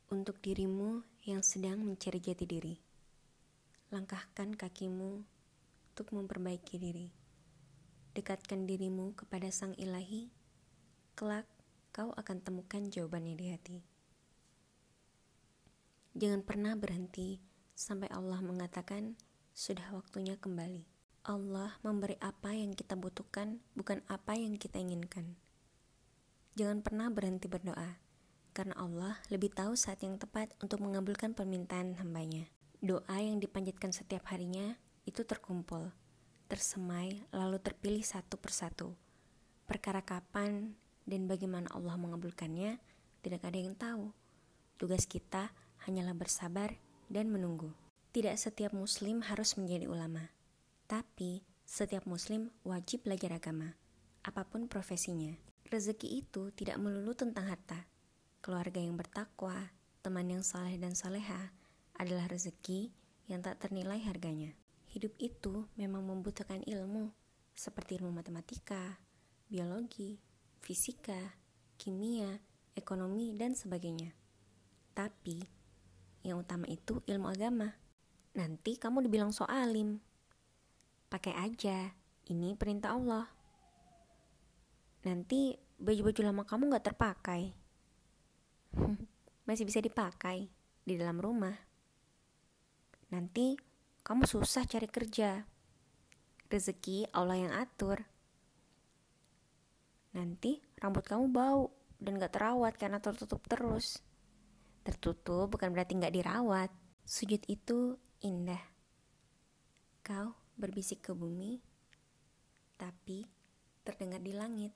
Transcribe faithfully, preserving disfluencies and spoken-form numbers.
Untuk dirimu yang sedang mencari jati diri, langkahkan kakimu untuk memperbaiki diri. Dekatkan dirimu kepada Sang Ilahi, kelak kau akan temukan jawabannya di hati. Jangan pernah berhenti sampai Allah mengatakan sudah waktunya kembali. Allah memberi apa yang kita butuhkan, bukan apa yang kita inginkan. Jangan pernah berhenti berdoa, karena Allah lebih tahu saat yang tepat untuk mengabulkan permintaan hambanya. Doa yang dipanjatkan setiap harinya itu terkumpul, tersemai, lalu terpilih satu persatu. Perkara kapan dan bagaimana Allah mengabulkannya, tidak ada yang tahu. Tugas kita hanyalah bersabar dan menunggu. Tidak setiap muslim harus menjadi ulama, tapi setiap muslim wajib belajar agama, apapun profesinya. Rezeki itu tidak melulu tentang harta. Keluarga yang bertakwa, teman yang saleh dan saleha adalah rezeki yang tak ternilai harganya. Hidup itu memang membutuhkan ilmu, seperti ilmu matematika, biologi, fisika, kimia, ekonomi, dan sebagainya. Tapi, yang utama itu ilmu agama. Nanti kamu dibilang so alim. Pakai aja, ini perintah Allah. Nanti baju-baju lama kamu gak terpakai. Masih bisa dipakai di dalam rumah. Nanti kamu susah cari kerja. Rezeki Allah yang atur. Nanti rambut kamu bau dan gak terawat karena tertutup terus. Tertutup bukan berarti gak dirawat. Sujud itu indah. Kau berbisik ke bumi, tapi terdengar di langit.